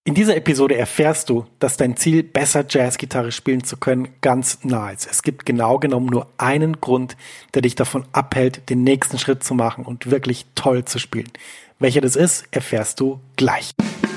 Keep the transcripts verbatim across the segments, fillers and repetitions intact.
In dieser Episode erfährst du, dass dein Ziel, besser Jazzgitarre spielen zu können, ganz nah ist. Es gibt genau genommen nur einen Grund, der dich davon abhält, den nächsten Schritt zu machen und wirklich toll zu spielen. Welcher das ist, erfährst du gleich.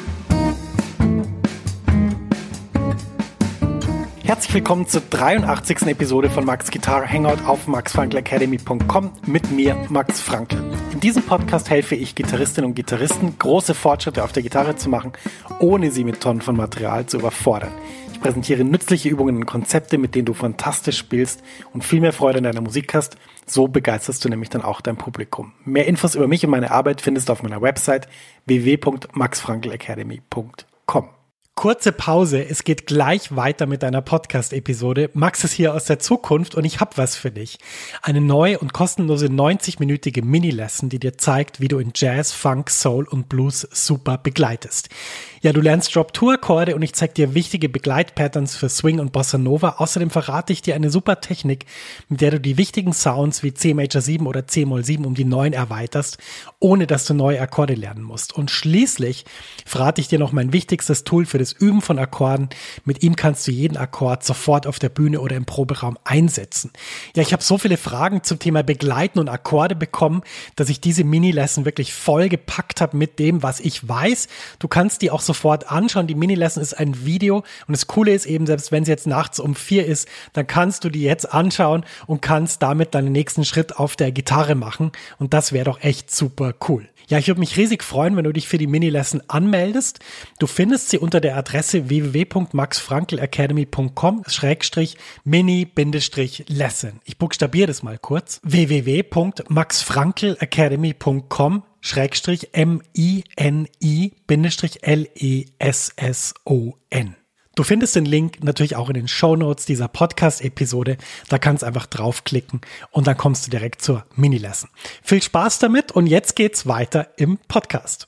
Herzlich willkommen zur dreiundachtzigsten Episode von Max Guitar Hangout auf max frankl academy punkt com mit mir, Max Frankl. In diesem Podcast helfe ich Gitarristinnen und Gitarristen, große Fortschritte auf der Gitarre zu machen, ohne sie mit Tonnen von Material zu überfordern. Ich präsentiere nützliche Übungen und Konzepte, mit denen du fantastisch spielst und viel mehr Freude an deiner Musik hast. So begeisterst du nämlich dann auch dein Publikum. Mehr Infos über mich und meine Arbeit findest du auf meiner Website w w w punkt max frankl academy punkt com. Kurze Pause, es geht gleich weiter mit deiner Podcast-Episode. Max ist hier aus der Zukunft und ich habe was für dich. Eine neue und kostenlose neunzig-minütige Mini-Lesson, die dir zeigt, wie du in Jazz, Funk, Soul und Blues super begleitest. Ja, du lernst Drop-Two-Akkorde und ich zeige dir wichtige Begleitpatterns für Swing und Bossa Nova. Außerdem verrate ich dir eine super Technik, mit der du die wichtigen Sounds wie C Major sieben oder C Moll sieben um die neun erweiterst, ohne dass du neue Akkorde lernen musst. Und schließlich verrate ich dir noch mein wichtigstes Tool für das Üben von Akkorden. Mit ihm kannst du jeden Akkord sofort auf der Bühne oder im Proberaum einsetzen. Ja, ich habe so viele Fragen zum Thema Begleiten und Akkorde bekommen, dass ich diese Mini-Lesson wirklich voll gepackt habe mit dem, was ich weiß. Du kannst die auch sofort anschauen. Die Mini-Lesson ist ein Video und das Coole ist eben, selbst wenn sie jetzt nachts um vier ist, dann kannst du die jetzt anschauen und kannst damit deinen nächsten Schritt auf der Gitarre machen und das wäre doch echt super cool. Ja, ich würde mich riesig freuen, wenn du dich für die Mini-Lesson anmeldest. Du findest sie unter der Adresse w w w punkt max frankl academy punkt com schrägstrich mini-lesson. Ich buchstabiere das mal kurz. w w w punkt max frankl academy punkt com schrägstrich m i n i l e s s o n. Du findest den Link natürlich auch in den Shownotes dieser Podcast-Episode. Da kannst du einfach draufklicken und dann kommst du direkt zur Mini-Lesson. Viel Spaß damit und jetzt geht's weiter im Podcast.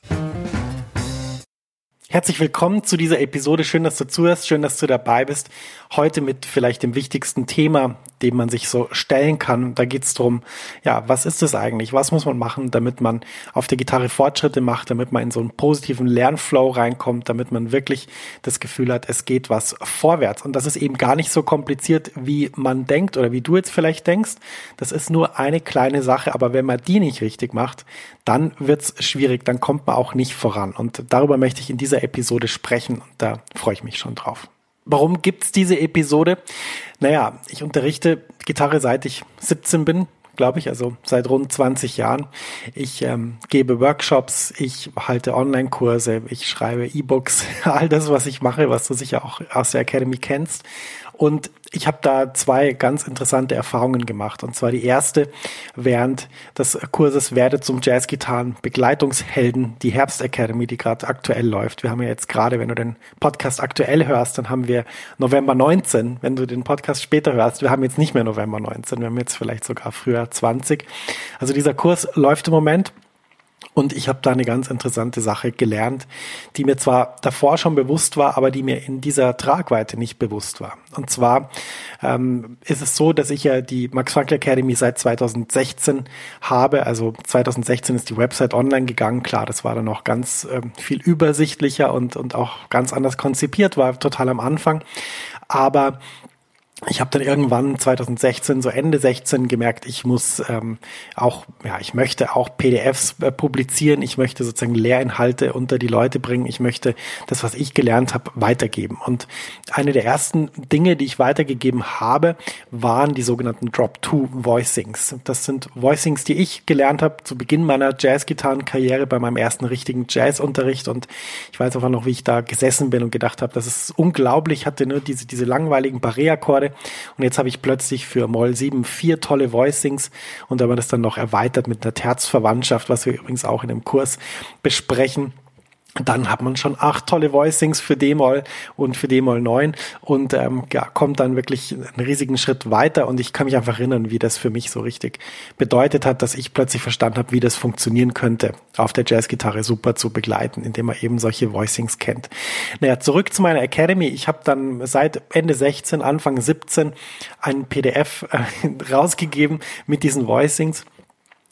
Herzlich willkommen zu dieser Episode. Schön, dass du zuhörst, schön, dass du dabei bist. Heute mit vielleicht dem wichtigsten Thema, dem man sich so stellen kann. Da geht es darum, ja, was ist das eigentlich? Was muss man machen, damit man auf der Gitarre Fortschritte macht, damit man in so einen positiven Lernflow reinkommt, damit man wirklich das Gefühl hat, es geht was vorwärts. Und das ist eben gar nicht so kompliziert, wie man denkt oder wie du jetzt vielleicht denkst. Das ist nur eine kleine Sache, aber wenn man die nicht richtig macht, dann wird's schwierig, dann kommt man auch nicht voran. Und darüber möchte ich in dieser Episode sprechen und da freue ich mich schon drauf. Warum gibt's diese Episode? Naja, ich unterrichte Gitarre seit ich siebzehn bin, glaube ich, also seit rund zwanzig Jahren. Ich ähm, gebe Workshops, ich halte Online-Kurse, ich schreibe E-Books, all das, was ich mache, was du sicher auch aus der Academy kennst. Und ich habe da zwei ganz interessante Erfahrungen gemacht. Und zwar die erste während des Kurses Werde zum Jazzgitarren-Begleitungshelden, die Herbst Academy, die gerade aktuell läuft. Wir haben ja jetzt gerade, wenn du den Podcast aktuell hörst, dann haben wir November neunzehn. Wenn du den Podcast später hörst, wir haben jetzt nicht mehr November neunzehn, wir haben jetzt vielleicht sogar früher zwanzig. Also dieser Kurs läuft im Moment. Und ich habe da eine ganz interessante Sache gelernt, die mir zwar davor schon bewusst war, aber die mir in dieser Tragweite nicht bewusst war. Und zwar ähm, ist es so, dass ich ja die Max Frankl Academy seit zweitausendsechzehn habe. Also zweitausendsechzehn ist die Website online gegangen. Klar, das war dann noch ganz ähm, viel übersichtlicher und, und auch ganz anders konzipiert, war total am Anfang. Aber ich habe dann irgendwann zweitausendsechzehn, so Ende sechzehn gemerkt, ich muss ähm, auch, ja, ich möchte auch P D Fs äh, publizieren, ich möchte sozusagen Lehrinhalte unter die Leute bringen, ich möchte das, was ich gelernt habe, weitergeben. Und eine der ersten Dinge, die ich weitergegeben habe, waren die sogenannten Drop-Two-Voicings. Das sind Voicings, die ich gelernt habe zu Beginn meiner Jazzgitarrenkarriere bei meinem ersten richtigen Jazzunterricht. Und ich weiß einfach noch, wie ich da gesessen bin und gedacht habe, das ist unglaublich, ich hatte nur diese, diese langweiligen Barré-Akkorde. Und jetzt habe ich plötzlich für Moll sieben vier tolle Voicings und wenn man das dann noch erweitert mit einer Terzverwandtschaft, was wir übrigens auch in dem Kurs besprechen, dann hat man schon acht tolle Voicings für D-Moll und für D-Moll neun und ähm, ja, kommt dann wirklich einen riesigen Schritt weiter und ich kann mich einfach erinnern, wie das für mich so richtig bedeutet hat, dass ich plötzlich verstanden habe, wie das funktionieren könnte, auf der Jazzgitarre super zu begleiten, indem man eben solche Voicings kennt. Naja, zurück zu meiner Academy. Ich habe dann seit Ende sechzehn, Anfang siebzehn ein P D F äh, rausgegeben mit diesen Voicings.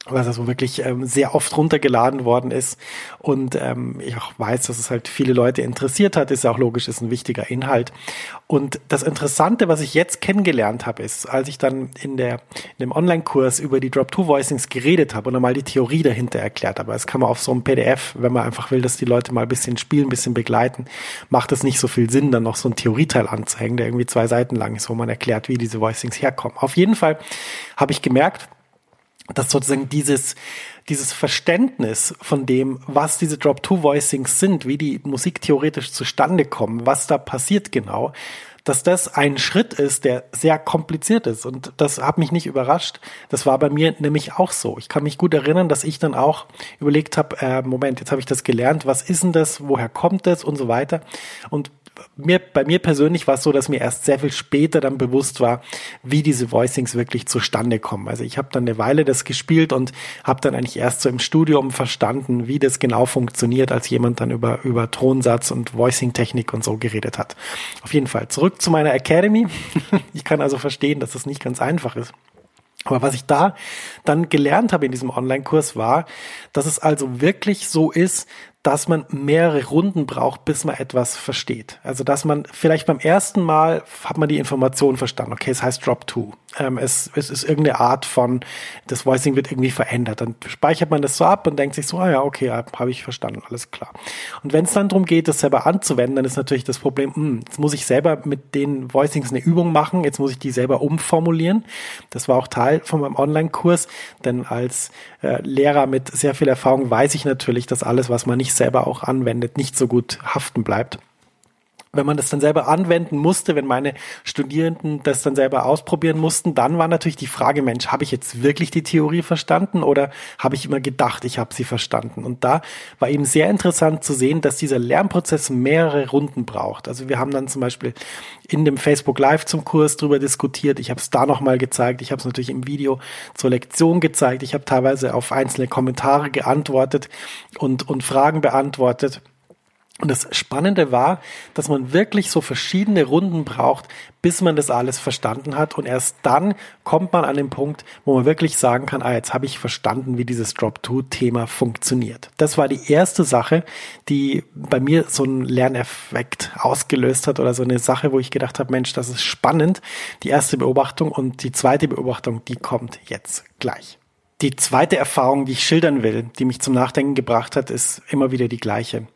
was also wirklich ähm, sehr oft runtergeladen worden ist und ähm, ich auch weiß, dass es halt viele Leute interessiert hat, ist ja auch logisch, ist ein wichtiger Inhalt. Und das Interessante, was ich jetzt kennengelernt habe, ist, als ich dann in der in dem Online-Kurs über die Drop-two-Voicings geredet habe und einmal die Theorie dahinter erklärt habe. Das kann man auf so einem P D F, wenn man einfach will, dass die Leute mal ein bisschen spielen, ein bisschen begleiten, macht es nicht so viel Sinn, dann noch so einen Theorieteil anzuhängen, der irgendwie zwei Seiten lang ist, wo man erklärt, wie diese Voicings herkommen. Auf jeden Fall habe ich gemerkt, dass sozusagen dieses, dieses Verständnis von dem, was diese Drop-two-Voicings sind, wie die Musik theoretisch zustande kommen, was da passiert genau, dass das ein Schritt ist, der sehr kompliziert ist. Und das hat mich nicht überrascht. Das war bei mir nämlich auch so. Ich kann mich gut erinnern, dass ich dann auch überlegt habe, äh, Moment, jetzt habe ich das gelernt, was ist denn das, woher kommt das und so weiter. Und Mir, bei mir persönlich war es so, dass mir erst sehr viel später dann bewusst war, wie diese Voicings wirklich zustande kommen. Also ich habe dann eine Weile das gespielt und habe dann eigentlich erst so im Studium verstanden, wie das genau funktioniert, als jemand dann über, über Tonsatz und Voicing-Technik und so geredet hat. Auf jeden Fall zurück zu meiner Academy. Ich kann also verstehen, dass es nicht ganz einfach ist. Aber was ich da dann gelernt habe in diesem Online-Kurs war, dass es also wirklich so ist, dass man mehrere Runden braucht, bis man etwas versteht. Also dass man vielleicht beim ersten Mal hat man die Information verstanden. Okay, es heißt Drop two. Ähm, es, es ist irgendeine Art von, das Voicing wird irgendwie verändert. Dann speichert man das so ab und denkt sich so, ah ja, okay, ja, habe ich verstanden, alles klar. Und wenn es dann darum geht, das selber anzuwenden, dann ist natürlich das Problem, mh, jetzt muss ich selber mit den Voicings eine Übung machen, jetzt muss ich die selber umformulieren. Das war auch Teil von meinem Online-Kurs, denn als äh, Lehrer mit sehr viel Erfahrung weiß ich natürlich, dass alles, was man nicht selber auch anwendet, nicht so gut haften bleibt. Wenn man das dann selber anwenden musste, wenn meine Studierenden das dann selber ausprobieren mussten, dann war natürlich die Frage, Mensch, habe ich jetzt wirklich die Theorie verstanden oder habe ich immer gedacht, ich habe sie verstanden? Und da war eben sehr interessant zu sehen, dass dieser Lernprozess mehrere Runden braucht. Also wir haben dann zum Beispiel in dem Facebook Live zum Kurs drüber diskutiert. Ich habe es da nochmal gezeigt. Ich habe es natürlich im Video zur Lektion gezeigt. Ich habe teilweise auf einzelne Kommentare geantwortet und, und Fragen beantwortet. Und das Spannende war, dass man wirklich so verschiedene Runden braucht, bis man das alles verstanden hat. Und erst dann kommt man an den Punkt, wo man wirklich sagen kann, ah, jetzt habe ich verstanden, wie dieses Drop-two-Thema funktioniert. Das war die erste Sache, die bei mir so einen Lerneffekt ausgelöst hat oder so eine Sache, wo ich gedacht habe, Mensch, das ist spannend. Die erste Beobachtung und die zweite Beobachtung, die kommt jetzt gleich. Die zweite Erfahrung, die ich schildern will, die mich zum Nachdenken gebracht hat, ist immer wieder die gleiche.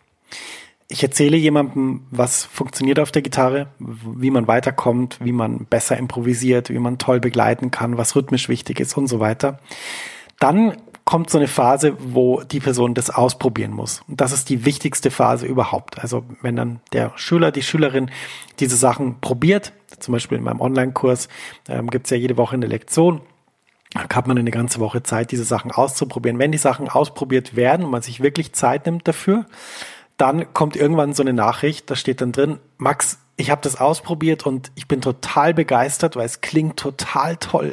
Ich erzähle jemandem, was funktioniert auf der Gitarre, wie man weiterkommt, wie man besser improvisiert, wie man toll begleiten kann, was rhythmisch wichtig ist und so weiter. Dann kommt so eine Phase, wo die Person das ausprobieren muss. Und das ist die wichtigste Phase überhaupt. Also wenn dann der Schüler, die Schülerin diese Sachen probiert, zum Beispiel in meinem Online-Kurs ähm, gibt es ja jede Woche eine Lektion, da hat man eine ganze Woche Zeit, diese Sachen auszuprobieren. Wenn die Sachen ausprobiert werden und man sich wirklich Zeit nimmt dafür, dann kommt irgendwann so eine Nachricht, da steht dann drin, Max, ich habe das ausprobiert und ich bin total begeistert, weil es klingt total toll.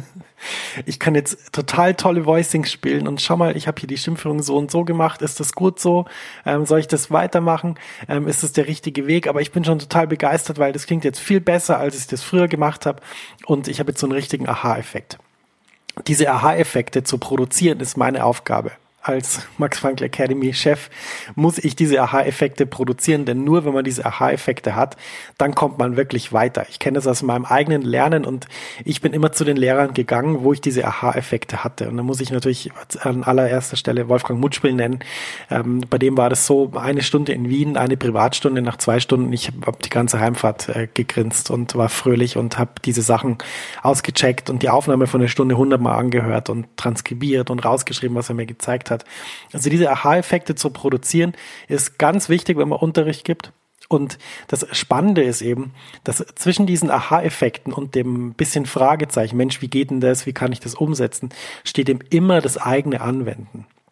Ich kann jetzt total tolle Voicings spielen und schau mal, ich habe hier die Stimmführung so und so gemacht, ist das gut so? Ähm, soll ich das weitermachen? Ähm, ist das der richtige Weg? Aber ich bin schon total begeistert, weil das klingt jetzt viel besser, als ich das früher gemacht habe und ich habe jetzt so einen richtigen Aha-Effekt. Diese Aha-Effekte zu produzieren, ist meine Aufgabe. Als Max Frankl Academy Chef muss ich diese Aha-Effekte produzieren, denn nur wenn man diese Aha-Effekte hat, dann kommt man wirklich weiter. Ich kenne das aus meinem eigenen Lernen und ich bin immer zu den Lehrern gegangen, wo ich diese Aha-Effekte hatte. Und da muss ich natürlich an allererster Stelle Wolfgang Mutschpil nennen. Ähm, bei dem war das so, eine Stunde in Wien, eine Privatstunde, nach zwei Stunden, ich habe die ganze Heimfahrt äh, gegrinst und war fröhlich und habe diese Sachen ausgecheckt und die Aufnahme von der Stunde hundertmal angehört und transkribiert und rausgeschrieben, was er mir gezeigt hat. Also diese Aha-Effekte zu produzieren, ist ganz wichtig, wenn man Unterricht gibt. Und das Spannende ist eben, dass zwischen diesen Aha-Effekten und dem bisschen Fragezeichen, Mensch, wie geht denn das, wie kann ich das umsetzen, steht eben immer das eigene Anwenden.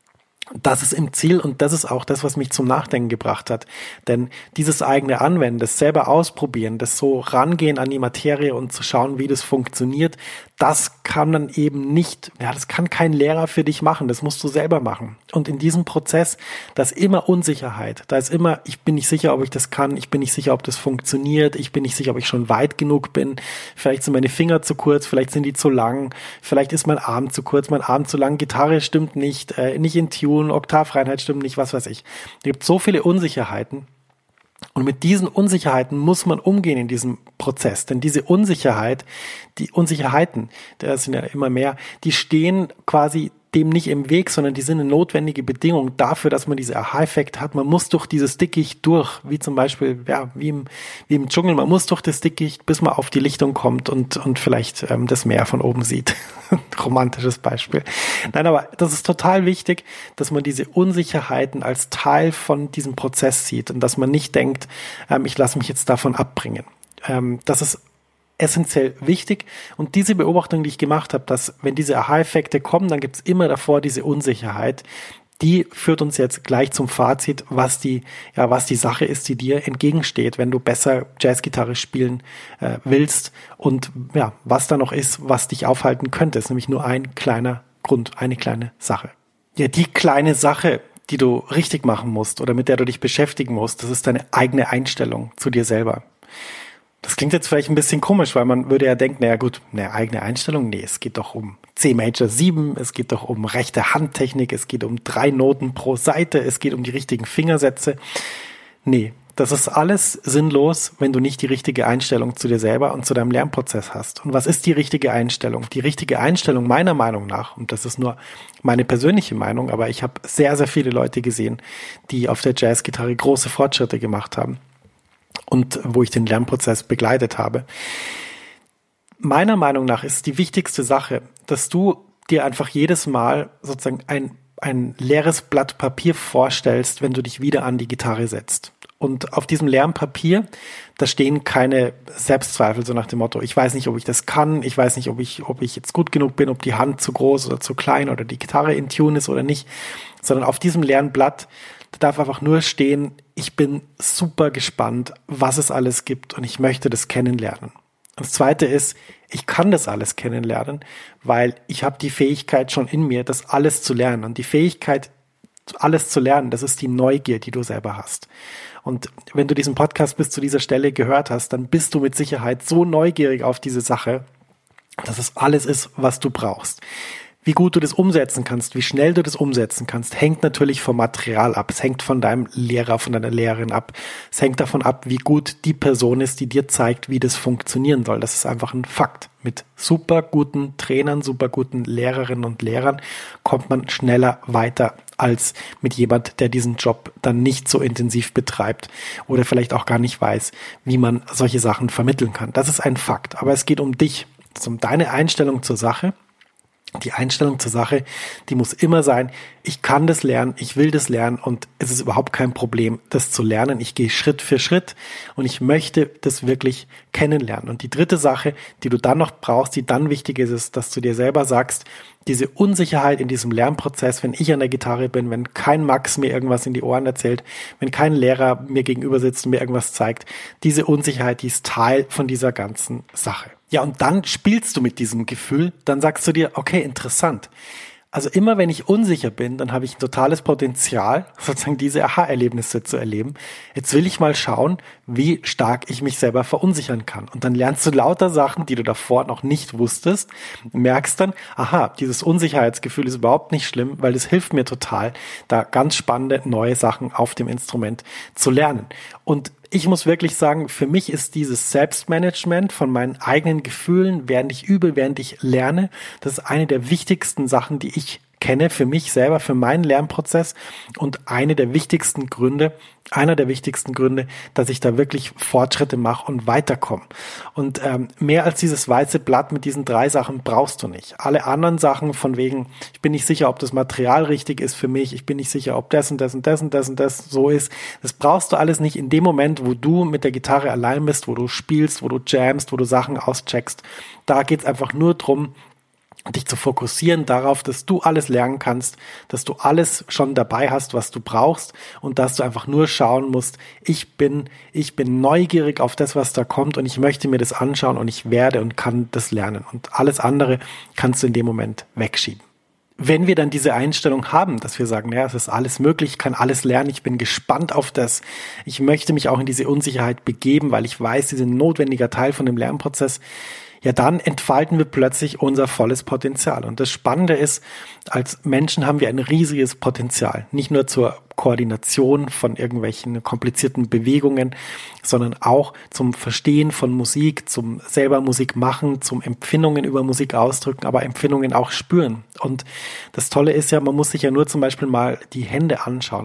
Das ist im Ziel und das ist auch das, was mich zum Nachdenken gebracht hat. Denn dieses eigene Anwenden, das selber ausprobieren, das so rangehen an die Materie und zu schauen, wie das funktioniert, das kann dann eben nicht, ja, das kann kein Lehrer für dich machen, das musst du selber machen. Und in diesem Prozess, da ist immer Unsicherheit, da ist immer, ich bin nicht sicher, ob ich das kann, ich bin nicht sicher, ob das funktioniert, ich bin nicht sicher, ob ich schon weit genug bin, vielleicht sind meine Finger zu kurz, vielleicht sind die zu lang, vielleicht ist mein Arm zu kurz, mein Arm zu lang, Gitarre stimmt nicht, äh, nicht in Tune, Oktavreinheit stimmt nicht, was weiß ich. Es gibt so viele Unsicherheiten. Und mit diesen Unsicherheiten muss man umgehen in diesem Prozess. Denn diese Unsicherheit, die Unsicherheiten, das sind ja immer mehr, die stehen quasi dem nicht im Weg, sondern die sind eine notwendige Bedingung dafür, dass man diese Aha-Effekt hat. Man muss durch dieses Dickicht durch, wie zum Beispiel, ja, wie im, wie im Dschungel, man muss durch das Dickicht, bis man auf die Lichtung kommt und, und vielleicht ähm, das Meer von oben sieht. Romantisches Beispiel. Nein, aber das ist total wichtig, dass man diese Unsicherheiten als Teil von diesem Prozess sieht und dass man nicht denkt, ähm, ich lasse mich jetzt davon abbringen. Ähm, das ist essentiell wichtig. Und diese Beobachtung, die ich gemacht habe, dass wenn diese Aha-Effekte kommen, dann gibt es immer davor diese Unsicherheit, die führt uns jetzt gleich zum Fazit, was die, ja, was die Sache ist, die dir entgegensteht, wenn du besser Jazzgitarre spielen äh, willst und ja, was da noch ist, was dich aufhalten könnte, ist nämlich nur ein kleiner Grund, eine kleine Sache. Ja, die kleine Sache, die du richtig machen musst oder mit der du dich beschäftigen musst, das ist deine eigene Einstellung zu dir selber. Das klingt jetzt vielleicht ein bisschen komisch, weil man würde ja denken, naja gut, eine eigene Einstellung, nee, es geht doch um C Major sieben, es geht doch um rechte Handtechnik, es geht um drei Noten pro Seite, es geht um die richtigen Fingersätze. Nee, das ist alles sinnlos, wenn du nicht die richtige Einstellung zu dir selber und zu deinem Lernprozess hast. Und was ist die richtige Einstellung? Die richtige Einstellung meiner Meinung nach, und das ist nur meine persönliche Meinung, aber ich habe sehr, sehr viele Leute gesehen, die auf der Jazzgitarre große Fortschritte gemacht haben. Und wo ich den Lernprozess begleitet habe. Meiner Meinung nach ist die wichtigste Sache, dass du dir einfach jedes Mal sozusagen ein, ein leeres Blatt Papier vorstellst, wenn du dich wieder an die Gitarre setzt. Und auf diesem leeren Papier, da stehen keine Selbstzweifel, so nach dem Motto, ich weiß nicht, ob ich das kann, ich weiß nicht, ob ich, ob ich jetzt gut genug bin, ob die Hand zu groß oder zu klein oder die Gitarre in Tune ist oder nicht, sondern auf diesem leeren Blatt, da darf einfach nur stehen, ich bin super gespannt, was es alles gibt und ich möchte das kennenlernen. Und das Zweite ist, ich kann das alles kennenlernen, weil ich habe die Fähigkeit schon in mir, das alles zu lernen. Und die Fähigkeit, alles zu lernen, das ist die Neugier, die du selber hast. Und wenn du diesen Podcast bis zu dieser Stelle gehört hast, dann bist du mit Sicherheit so neugierig auf diese Sache, dass es alles ist, was du brauchst. Wie gut du das umsetzen kannst, wie schnell du das umsetzen kannst, hängt natürlich vom Material ab. Es hängt von deinem Lehrer, von deiner Lehrerin ab. Es hängt davon ab, wie gut die Person ist, die dir zeigt, wie das funktionieren soll. Das ist einfach ein Fakt. Mit super guten Trainern, super guten Lehrerinnen und Lehrern kommt man schneller weiter als mit jemand, der diesen Job dann nicht so intensiv betreibt oder vielleicht auch gar nicht weiß, wie man solche Sachen vermitteln kann. Das ist ein Fakt. Aber es geht um dich. Es ist um deine Einstellung zur Sache. Die Einstellung zur Sache, die muss immer sein, ich kann das lernen, ich will das lernen und es ist überhaupt kein Problem, das zu lernen. Ich gehe Schritt für Schritt und ich möchte das wirklich kennenlernen. Und die dritte Sache, die du dann noch brauchst, die dann wichtig ist, ist, dass du dir selber sagst, diese Unsicherheit in diesem Lernprozess, wenn ich an der Gitarre bin, wenn kein Max mir irgendwas in die Ohren erzählt, wenn kein Lehrer mir gegenüber sitzt und mir irgendwas zeigt, diese Unsicherheit, die ist Teil von dieser ganzen Sache. Ja, und dann spielst du mit diesem Gefühl, dann sagst du dir, okay, interessant. Also immer wenn ich unsicher bin, dann habe ich ein totales Potenzial, sozusagen diese Aha-Erlebnisse zu erleben. Jetzt will ich mal schauen, wie stark ich mich selber verunsichern kann. Und dann lernst du lauter Sachen, die du davor noch nicht wusstest, merkst dann, aha, dieses Unsicherheitsgefühl ist überhaupt nicht schlimm, weil es hilft mir total, da ganz spannende neue Sachen auf dem Instrument zu lernen. Und ich muss wirklich sagen, für mich ist dieses Selbstmanagement von meinen eigenen Gefühlen, während ich übe, während ich lerne, das ist eine der wichtigsten Sachen, die ich kenne für mich selber, für meinen Lernprozess und eine der wichtigsten Gründe, einer der wichtigsten Gründe, dass ich da wirklich Fortschritte mache und weiterkomme. Und ähm, mehr als dieses weiße Blatt mit diesen drei Sachen brauchst du nicht. Alle anderen Sachen von wegen, ich bin nicht sicher, ob das Material richtig ist für mich, ich bin nicht sicher, ob das und das und das und das und das so ist, das brauchst du alles nicht in dem Moment, wo du mit der Gitarre allein bist, wo du spielst, wo du jammst, wo du Sachen auscheckst. Da geht's einfach nur drum, dich zu fokussieren darauf, dass du alles lernen kannst, dass du alles schon dabei hast, was du brauchst und dass du einfach nur schauen musst, ich bin, ich bin neugierig auf das, was da kommt und ich möchte mir das anschauen und ich werde und kann das lernen und alles andere kannst du in dem Moment wegschieben. Wenn wir dann diese Einstellung haben, dass wir sagen, ja, es ist alles möglich, ich kann alles lernen, ich bin gespannt auf das, ich möchte mich auch in diese Unsicherheit begeben, weil ich weiß, sie sind ein notwendiger Teil von dem Lernprozess, ja, dann entfalten wir plötzlich unser volles Potenzial. Und das Spannende ist, als Menschen haben wir ein riesiges Potenzial. Nicht nur zur Koordination von irgendwelchen komplizierten Bewegungen, sondern auch zum Verstehen von Musik, zum selber Musik machen, zum Empfindungen über Musik ausdrücken, aber Empfindungen auch spüren. Und das Tolle ist ja, man muss sich ja nur zum Beispiel mal die Hände anschauen.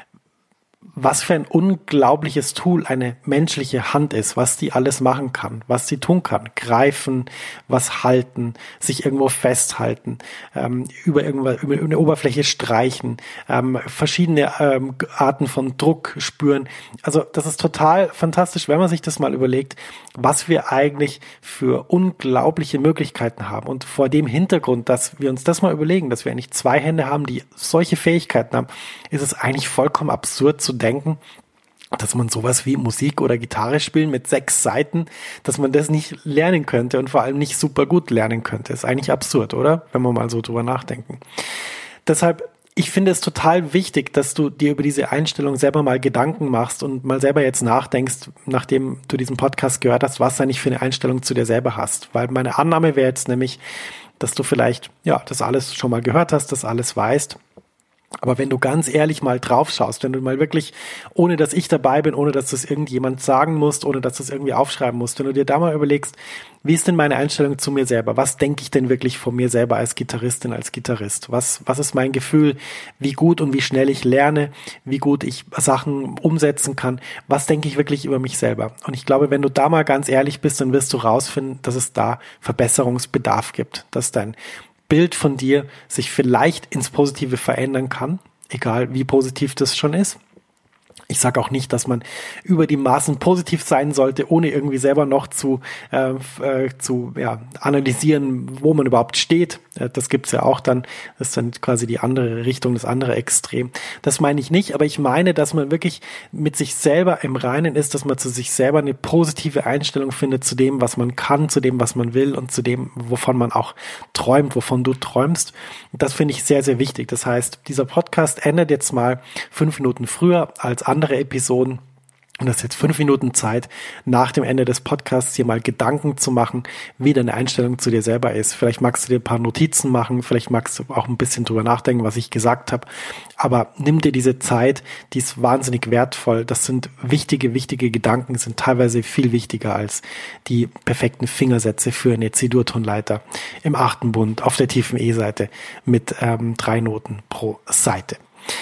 Was für ein unglaubliches Tool eine menschliche Hand ist, was die alles machen kann, was sie tun kann. Greifen, was halten, sich irgendwo festhalten, ähm, über, irgendwas, über eine Oberfläche streichen, ähm, verschiedene ähm, Arten von Druck spüren. Also das ist total fantastisch, wenn man sich das mal überlegt, was wir eigentlich für unglaubliche Möglichkeiten haben. Und vor dem Hintergrund, dass wir uns das mal überlegen, dass wir eigentlich zwei Hände haben, die solche Fähigkeiten haben, ist es eigentlich vollkommen absurd zu denken, dass man sowas wie Musik oder Gitarre spielen mit sechs Saiten, dass man das nicht lernen könnte und vor allem nicht super gut lernen könnte. Ist eigentlich absurd, oder? Wenn wir mal so drüber nachdenken. Deshalb, ich finde es total wichtig, dass du dir über diese Einstellung selber mal Gedanken machst und mal selber jetzt nachdenkst, nachdem du diesen Podcast gehört hast, was du eigentlich für eine Einstellung zu dir selber hast. Weil meine Annahme wäre jetzt nämlich, dass du vielleicht, ja, das alles schon mal gehört hast, das alles weißt. Aber wenn du ganz ehrlich mal drauf schaust, wenn du mal wirklich, ohne dass ich dabei bin, ohne dass das irgendjemand sagen musst, ohne dass du es irgendwie aufschreiben musst, wenn du dir da mal überlegst, wie ist denn meine Einstellung zu mir selber? Was denke ich denn wirklich von mir selber als Gitarristin, als Gitarrist? Was, was ist mein Gefühl, wie gut und wie schnell ich lerne, wie gut ich Sachen umsetzen kann? Was denke ich wirklich über mich selber? Und ich glaube, wenn du da mal ganz ehrlich bist, dann wirst du rausfinden, dass es da Verbesserungsbedarf gibt, dass dein Bild von dir sich vielleicht ins Positive verändern kann, egal wie positiv das schon ist. Ich sage auch nicht, dass man über die Maßen positiv sein sollte, ohne irgendwie selber noch zu, äh, äh, zu ja, analysieren, wo man überhaupt steht. Äh, das gibt's ja auch dann. Das ist dann quasi die andere Richtung, das andere Extrem. Das meine ich nicht, aber ich meine, dass man wirklich mit sich selber im Reinen ist, dass man zu sich selber eine positive Einstellung findet zu dem, was man kann, zu dem, was man will und zu dem, wovon man auch träumt, wovon du träumst. Und das finde ich sehr, sehr wichtig. Das heißt, dieser Podcast endet jetzt mal fünf Minuten früher als andere Episoden. Und das ist jetzt fünf Minuten Zeit, nach dem Ende des Podcasts hier mal Gedanken zu machen, wie deine Einstellung zu dir selber ist. Vielleicht magst du dir ein paar Notizen machen, vielleicht magst du auch ein bisschen drüber nachdenken, was ich gesagt habe. Aber nimm dir diese Zeit, die ist wahnsinnig wertvoll. Das sind wichtige, wichtige Gedanken, sind teilweise viel wichtiger als die perfekten Fingersätze für eine C-Dur-Tonleiter im achten Bund auf der tiefen E-Seite mit ähm, drei Noten pro Seite.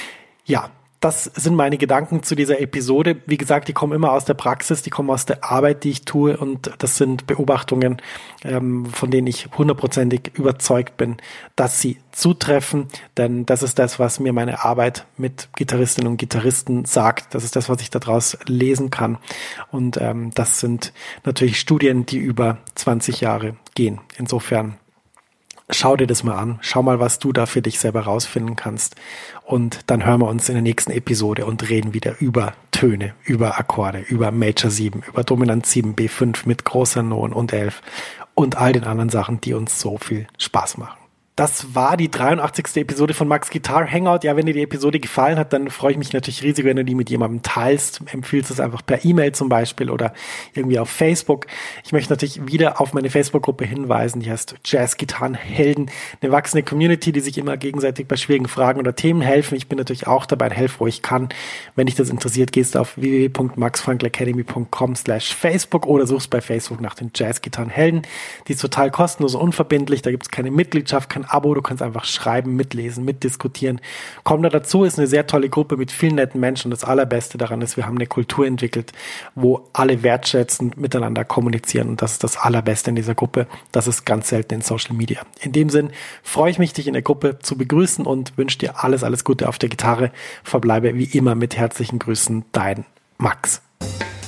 Ja, das sind meine Gedanken zu dieser Episode. Wie gesagt, die kommen immer aus der Praxis, die kommen aus der Arbeit, die ich tue und das sind Beobachtungen, ähm, von denen ich hundertprozentig überzeugt bin, dass sie zutreffen, denn das ist das, was mir meine Arbeit mit Gitarristinnen und Gitarristen sagt. Das ist das, was ich daraus lesen kann und ähm, das sind natürlich Studien, die über zwanzig Jahre gehen. Insofern schau dir das mal an, schau mal, was du da für dich selber rausfinden kannst und dann hören wir uns in der nächsten Episode und reden wieder über Töne, über Akkorde, über Major sieben, über Dominant sieben, B fünf mit großer Non und elf und all den anderen Sachen, die uns so viel Spaß machen. Das war die dreiundachtzigste Episode von Max Guitar Hangout. Ja, wenn dir die Episode gefallen hat, dann freue ich mich natürlich riesig, wenn du die mit jemandem teilst. Empfiehlst es einfach per E-Mail zum Beispiel oder irgendwie auf Facebook. Ich möchte natürlich wieder auf meine Facebook-Gruppe hinweisen. Die heißt Jazz-Gitarren-Helden. Eine wachsende Community, die sich immer gegenseitig bei schwierigen Fragen oder Themen helfen. Ich bin natürlich auch dabei und helfe, wo ich kann. Wenn dich das interessiert, gehst du auf w w w punkt max frankl academy punkt com slash Facebook oder suchst bei Facebook nach den Jazz-Gitarren-Helden. Die ist total kostenlos und unverbindlich. Da gibt es keine Mitgliedschaft, kein Abo, du kannst einfach schreiben, mitlesen, mitdiskutieren. Komm da dazu, ist eine sehr tolle Gruppe mit vielen netten Menschen und das Allerbeste daran ist, wir haben eine Kultur entwickelt, wo alle wertschätzend miteinander kommunizieren und das ist das Allerbeste in dieser Gruppe. Das ist ganz selten in Social Media. In dem Sinn freue ich mich, dich in der Gruppe zu begrüßen und wünsche dir alles, alles Gute auf der Gitarre. Verbleibe wie immer mit herzlichen Grüßen, dein Max.